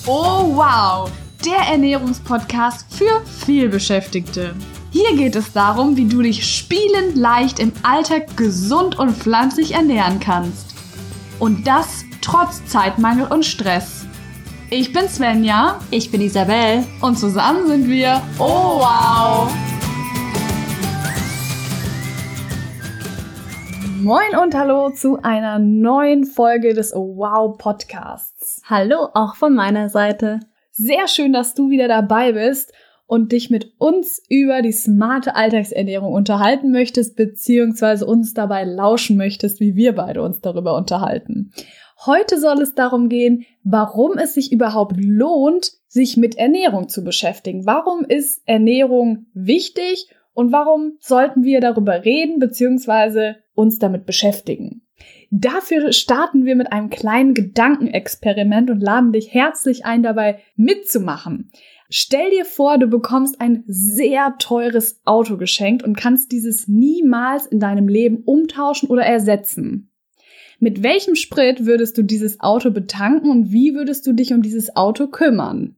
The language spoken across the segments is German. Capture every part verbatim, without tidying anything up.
Oh wow, der Ernährungspodcast für Vielbeschäftigte. Hier geht es darum, wie du dich spielend leicht im Alltag gesund und pflanzlich ernähren kannst. Und das trotz Zeitmangel und Stress. Ich bin Svenja. Ich bin Isabel. Und zusammen sind wir Oh wow! Moin und hallo zu einer neuen Folge des Oh wow Podcasts. Hallo, auch von meiner Seite. Sehr schön, dass du wieder dabei bist und dich mit uns über die smarte Alltagsernährung unterhalten möchtest, beziehungsweise uns dabei lauschen möchtest, wie wir beide uns darüber unterhalten. Heute soll es darum gehen, warum es sich überhaupt lohnt, sich mit Ernährung zu beschäftigen. Warum ist Ernährung wichtig und warum sollten wir darüber reden, beziehungsweise uns damit beschäftigen? Dafür starten wir mit einem kleinen Gedankenexperiment und laden dich herzlich ein, dabei mitzumachen. Stell dir vor, du bekommst ein sehr teures Auto geschenkt und kannst dieses niemals in deinem Leben umtauschen oder ersetzen. Mit welchem Sprit würdest du dieses Auto betanken und wie würdest du dich um dieses Auto kümmern?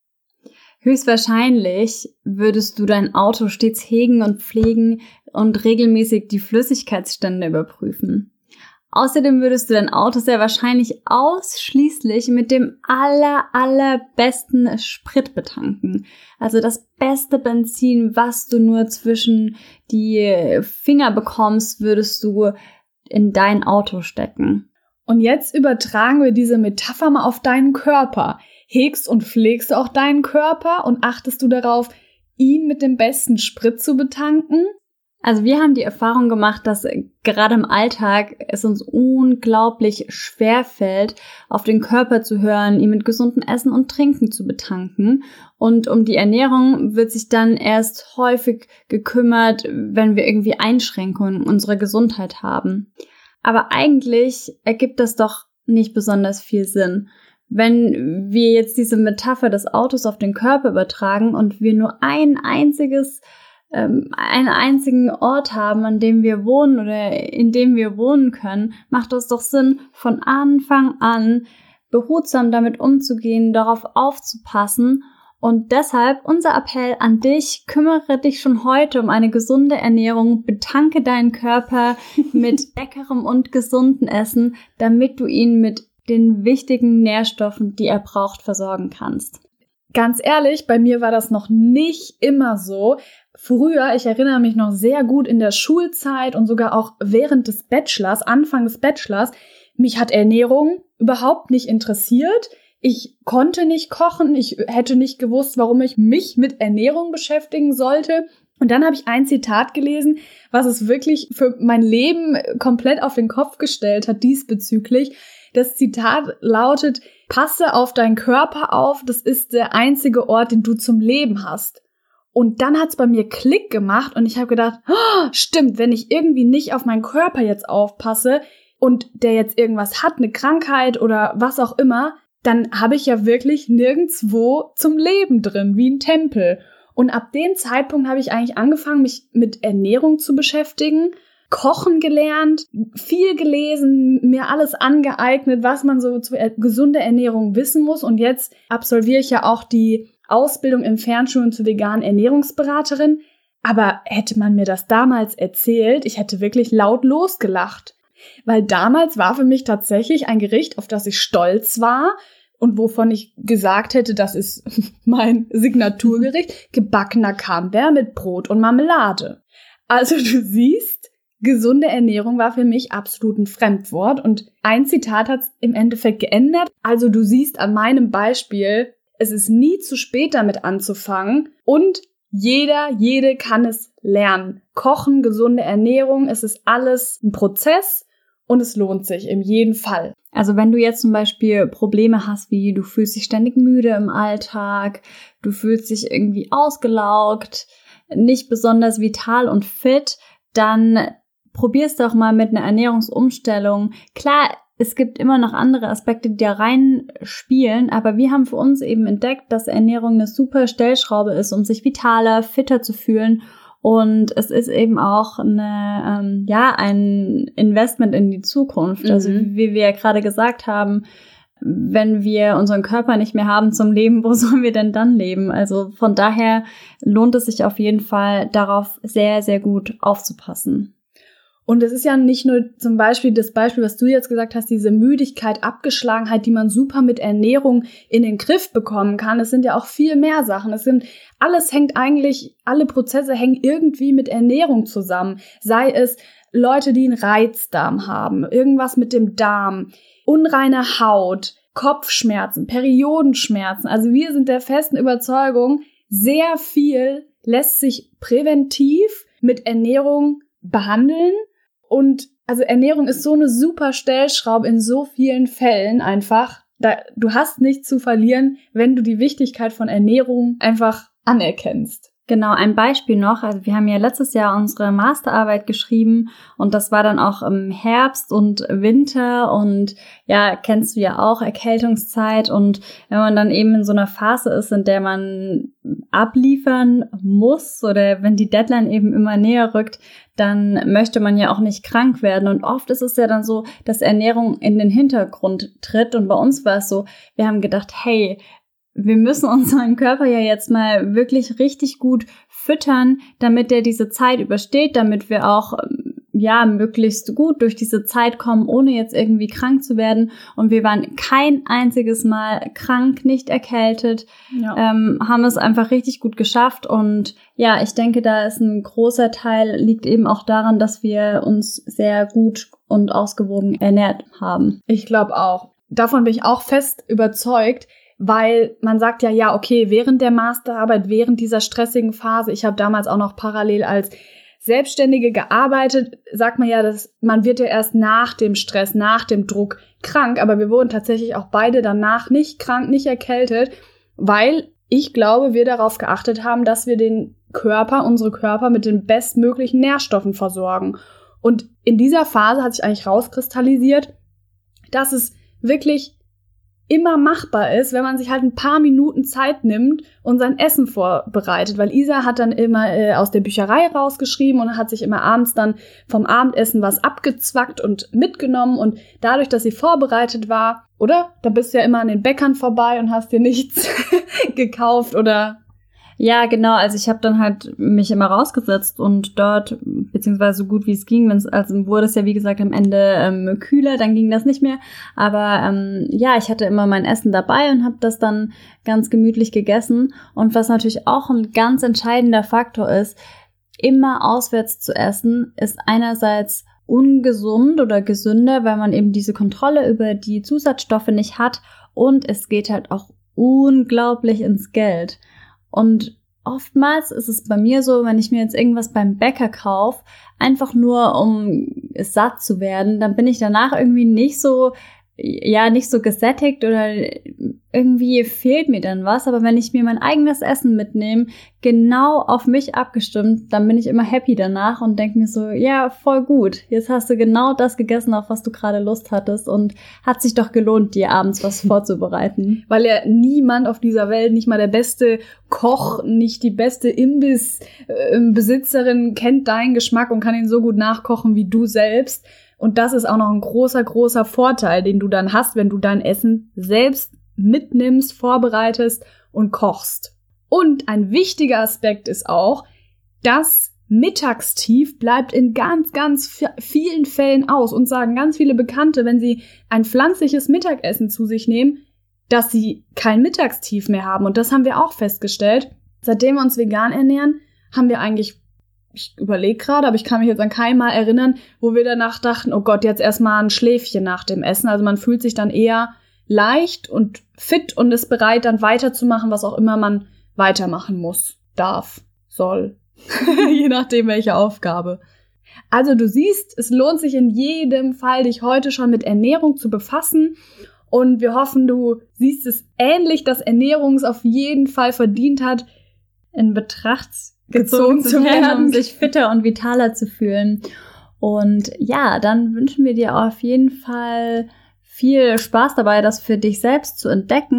Höchstwahrscheinlich würdest du dein Auto stets hegen und pflegen und regelmäßig die Flüssigkeitsstände überprüfen. Außerdem würdest du dein Auto sehr wahrscheinlich ausschließlich mit dem aller, allerbesten Sprit betanken. Also das beste Benzin, was du nur zwischen die Finger bekommst, würdest du in dein Auto stecken. Und jetzt übertragen wir diese Metapher mal auf deinen Körper. Hegst und pflegst du auch deinen Körper und achtest du darauf, ihn mit dem besten Sprit zu betanken? Also wir haben die Erfahrung gemacht, dass gerade im Alltag es uns unglaublich schwer fällt, auf den Körper zu hören, ihn mit gesundem Essen und Trinken zu betanken. Und um die Ernährung wird sich dann erst häufig gekümmert, wenn wir irgendwie Einschränkungen in unserer Gesundheit haben. Aber eigentlich ergibt das doch nicht besonders viel Sinn. Wenn wir jetzt diese Metapher des Autos auf den Körper übertragen und wir nur ein einziges einen einzigen Ort haben, an dem wir wohnen oder in dem wir wohnen können, macht es doch Sinn, von Anfang an behutsam damit umzugehen, darauf aufzupassen. Und deshalb unser Appell an dich: Kümmere dich schon heute um eine gesunde Ernährung, betanke deinen Körper mit leckerem und gesunden Essen, damit du ihn mit den wichtigen Nährstoffen, die er braucht, versorgen kannst. Ganz ehrlich, bei mir war das noch nicht immer so. Früher, ich erinnere mich noch sehr gut in der Schulzeit und sogar auch während des Bachelors, Anfang des Bachelors, mich hat Ernährung überhaupt nicht interessiert. Ich konnte nicht kochen, ich hätte nicht gewusst, warum ich mich mit Ernährung beschäftigen sollte. Und dann habe ich ein Zitat gelesen, was es wirklich für mein Leben komplett auf den Kopf gestellt hat diesbezüglich. Das Zitat lautet: Passe auf deinen Körper auf, das ist der einzige Ort, den du zum Leben hast. Und dann hat's bei mir Klick gemacht und ich habe gedacht, oh, stimmt, wenn ich irgendwie nicht auf meinen Körper jetzt aufpasse und der jetzt irgendwas hat, eine Krankheit oder was auch immer, dann habe ich ja wirklich nirgendwo zum Leben drin, wie ein Tempel. Und ab dem Zeitpunkt habe ich eigentlich angefangen, mich mit Ernährung zu beschäftigen, Kochen gelernt, viel gelesen, mir alles angeeignet, was man so zu er- gesunder Ernährung wissen muss. Und jetzt absolviere ich ja auch die Ausbildung im Fernschulen zur veganen Ernährungsberaterin. Aber hätte man mir das damals erzählt, ich hätte wirklich laut losgelacht. Weil damals war für mich tatsächlich ein Gericht, auf das ich stolz war und wovon ich gesagt hätte, das ist mein Signaturgericht, gebackener Camembert mit Brot und Marmelade. Also du siehst, gesunde Ernährung war für mich absolut ein Fremdwort und ein Zitat hat es im Endeffekt geändert. Also du siehst an meinem Beispiel, es ist nie zu spät damit anzufangen und jeder, jede kann es lernen. Kochen, gesunde Ernährung, es ist alles ein Prozess und es lohnt sich in jedem Fall. Also wenn du jetzt zum Beispiel Probleme hast, wie du fühlst dich ständig müde im Alltag, du fühlst dich irgendwie ausgelaugt, nicht besonders vital und fit, dann probier's doch mal mit einer Ernährungsumstellung. Klar, es gibt immer noch andere Aspekte, die da reinspielen, aber wir haben für uns eben entdeckt, dass Ernährung eine super Stellschraube ist, um sich vitaler, fitter zu fühlen. Und es ist eben auch eine, ähm, ja, ein Investment in die Zukunft. Mhm. Also wie wir ja gerade gesagt haben, wenn wir unseren Körper nicht mehr haben zum Leben, wo sollen wir denn dann leben? Also von daher lohnt es sich auf jeden Fall, darauf sehr, sehr gut aufzupassen. Und es ist ja nicht nur zum Beispiel das Beispiel, was du jetzt gesagt hast, diese Müdigkeit, Abgeschlagenheit, die man super mit Ernährung in den Griff bekommen kann. Es sind ja auch viel mehr Sachen. Es sind, alles hängt eigentlich, alle Prozesse hängen irgendwie mit Ernährung zusammen. Sei es Leute, die einen Reizdarm haben, irgendwas mit dem Darm, unreine Haut, Kopfschmerzen, Periodenschmerzen. Also wir sind der festen Überzeugung, sehr viel lässt sich präventiv mit Ernährung behandeln. Und also Ernährung ist so eine super Stellschraube in so vielen Fällen einfach. Da, du hast nichts zu verlieren, wenn du die Wichtigkeit von Ernährung einfach anerkennst. Genau, ein Beispiel noch. Also wir haben ja letztes Jahr unsere Masterarbeit geschrieben und das war dann auch im Herbst und Winter und ja, kennst du ja auch, Erkältungszeit. Und wenn man dann eben in so einer Phase ist, in der man abliefern muss oder wenn die Deadline eben immer näher rückt, dann möchte man ja auch nicht krank werden. Und oft ist es ja dann so, dass Ernährung in den Hintergrund tritt. Und bei uns war es so, wir haben gedacht, hey, wir müssen unseren Körper ja jetzt mal wirklich richtig gut füttern, damit der diese Zeit übersteht, damit wir auch ja möglichst gut durch diese Zeit kommen, ohne jetzt irgendwie krank zu werden. Und wir waren kein einziges Mal krank, nicht erkältet, ja. ähm, haben es einfach richtig gut geschafft. Und ja, ich denke, da ist ein großer Teil, liegt eben auch daran, dass wir uns sehr gut und ausgewogen ernährt haben. Ich glaube auch. Davon bin ich auch fest überzeugt. Weil man sagt ja, ja, okay, während der Masterarbeit, während dieser stressigen Phase, ich habe damals auch noch parallel als Selbstständige gearbeitet, sagt man ja, dass man wird ja erst nach dem Stress, nach dem Druck krank, aber wir wurden tatsächlich auch beide danach nicht krank, nicht erkältet, weil ich glaube, wir darauf geachtet haben, dass wir den Körper, unsere Körper mit den bestmöglichen Nährstoffen versorgen. Und in dieser Phase hat sich eigentlich rauskristallisiert, dass es wirklich immer machbar ist, wenn man sich halt ein paar Minuten Zeit nimmt und sein Essen vorbereitet. Weil Isa hat dann immer äh, aus der Bücherei rausgeschrieben und hat sich immer abends dann vom Abendessen was abgezwackt und mitgenommen. Und dadurch, dass sie vorbereitet war, oder? Da bist du ja immer an den Bäckern vorbei und hast dir nichts gekauft oder... Ja, genau. Also ich habe dann halt mich immer rausgesetzt und dort, beziehungsweise so gut wie es ging, wenn's, also wurde es ja wie gesagt am Ende ähm, kühler, dann ging das nicht mehr. Aber ähm, ja, ich hatte immer mein Essen dabei und habe das dann ganz gemütlich gegessen. Und was natürlich auch ein ganz entscheidender Faktor ist, immer auswärts zu essen, ist einerseits ungesund oder gesünder, weil man eben diese Kontrolle über die Zusatzstoffe nicht hat. Und es geht halt auch unglaublich ins Geld. Und oftmals ist es bei mir so, wenn ich mir jetzt irgendwas beim Bäcker kaufe, einfach nur um satt zu werden, dann bin ich danach irgendwie nicht so, ja, nicht so gesättigt oder irgendwie fehlt mir dann was. Aber wenn ich mir mein eigenes Essen mitnehme, genau auf mich abgestimmt, dann bin ich immer happy danach und denke mir so, ja, voll gut. Jetzt hast du genau das gegessen, auf was du gerade Lust hattest und hat sich doch gelohnt, dir abends was vorzubereiten. Weil ja niemand auf dieser Welt, nicht mal der beste Koch, nicht die beste Imbissbesitzerin kennt deinen Geschmack und kann ihn so gut nachkochen wie du selbst. Und das ist auch noch ein großer, großer Vorteil, den du dann hast, wenn du dein Essen selbst mitnimmst, vorbereitest und kochst. Und ein wichtiger Aspekt ist auch, das Mittagstief bleibt in ganz, ganz vielen Fällen aus. Und sagen ganz viele Bekannte, wenn sie ein pflanzliches Mittagessen zu sich nehmen, dass sie kein Mittagstief mehr haben. Und das haben wir auch festgestellt. Seitdem wir uns vegan ernähren, haben wir eigentlich, ich überlege gerade, aber ich kann mich jetzt an kein Mal erinnern, wo wir danach dachten, oh Gott, jetzt erstmal ein Schläfchen nach dem Essen. Also man fühlt sich dann eher leicht und fit und ist bereit, dann weiterzumachen, was auch immer man weitermachen muss, darf, soll. Je nachdem, welche Aufgabe. Also du siehst, es lohnt sich in jedem Fall, dich heute schon mit Ernährung zu befassen. Und wir hoffen, du siehst es ähnlich, dass Ernährung es auf jeden Fall verdient hat, in Betracht gezogen zu werden, um sich fitter und vitaler zu fühlen. Und ja, dann wünschen wir dir auf jeden Fall viel Spaß dabei, das für dich selbst zu entdecken.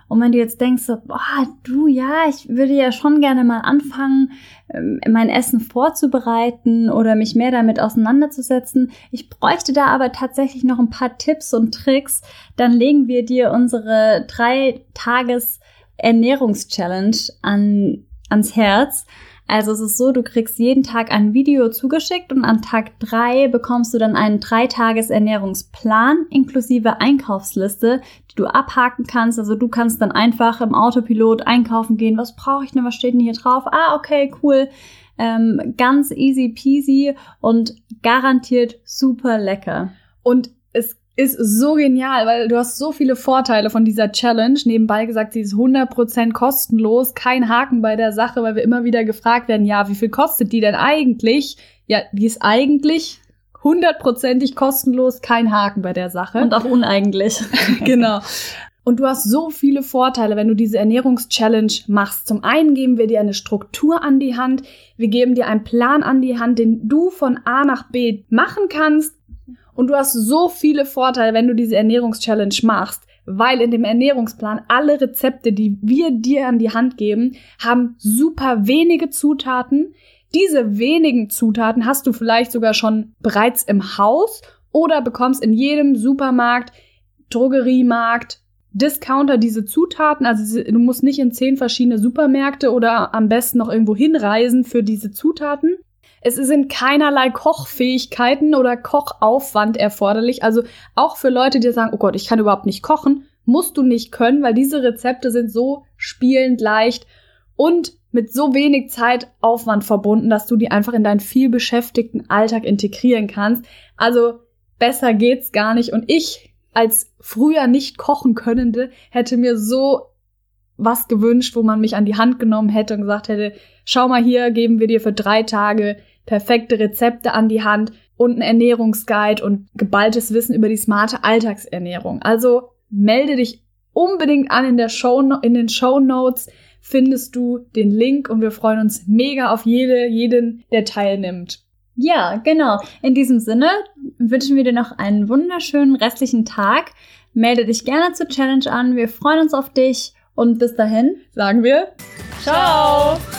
Und wenn du jetzt denkst, so, boah, du, ja, ich würde ja schon gerne mal anfangen, mein Essen vorzubereiten oder mich mehr damit auseinanderzusetzen. Ich bräuchte da aber tatsächlich noch ein paar Tipps und Tricks. Dann legen wir dir unsere drei Tages Ernährungs-Challenge an, ans Herz. Also es ist so, du kriegst jeden Tag ein Video zugeschickt und an Tag drei bekommst du dann einen Drei-Tages-Ernährungsplan inklusive Einkaufsliste, die du abhaken kannst. Also du kannst dann einfach im Autopilot einkaufen gehen. Was brauche ich denn? Was steht denn hier drauf? Ah, okay, cool. Ähm, ganz easy peasy und garantiert super lecker. Und es ist so genial, weil du hast so viele Vorteile von dieser Challenge. Nebenbei gesagt, sie ist hundert Prozent kostenlos, kein Haken bei der Sache, weil wir immer wieder gefragt werden, ja, wie viel kostet die denn eigentlich? Ja, die ist eigentlich hundertprozentig kostenlos, kein Haken bei der Sache. Und auch uneigentlich. Genau. Und du hast so viele Vorteile, wenn du diese Ernährungs-Challenge machst. Zum einen geben wir dir eine Struktur an die Hand. Wir geben dir einen Plan an die Hand, den du von A nach B machen kannst. Und du hast so viele Vorteile, wenn du diese Ernährungs-Challenge machst, weil in dem Ernährungsplan alle Rezepte, die wir dir an die Hand geben, haben super wenige Zutaten. Diese wenigen Zutaten hast du vielleicht sogar schon bereits im Haus oder bekommst in jedem Supermarkt, Drogeriemarkt, Discounter diese Zutaten. Also du musst nicht in zehn verschiedene Supermärkte oder am besten noch irgendwo hinreisen für diese Zutaten. Es sind keinerlei Kochfähigkeiten oder Kochaufwand erforderlich. Also auch für Leute, die sagen, oh Gott, ich kann überhaupt nicht kochen, musst du nicht können, weil diese Rezepte sind so spielend leicht und mit so wenig Zeitaufwand verbunden, dass du die einfach in deinen vielbeschäftigten Alltag integrieren kannst. Also besser geht's gar nicht. Und ich als früher nicht kochen Könnende hätte mir so was gewünscht, wo man mich an die Hand genommen hätte und gesagt hätte, schau mal hier, geben wir dir für drei Tage perfekte Rezepte an die Hand und einen Ernährungsguide und geballtes Wissen über die smarte Alltagsernährung. Also melde dich unbedingt an in der Show, in den Shownotes findest du den Link und wir freuen uns mega auf jede, jeden, der teilnimmt. Ja, genau. In diesem Sinne wünschen wir dir noch einen wunderschönen restlichen Tag. Melde dich gerne zur Challenge an. Wir freuen uns auf dich und bis dahin sagen wir Ciao!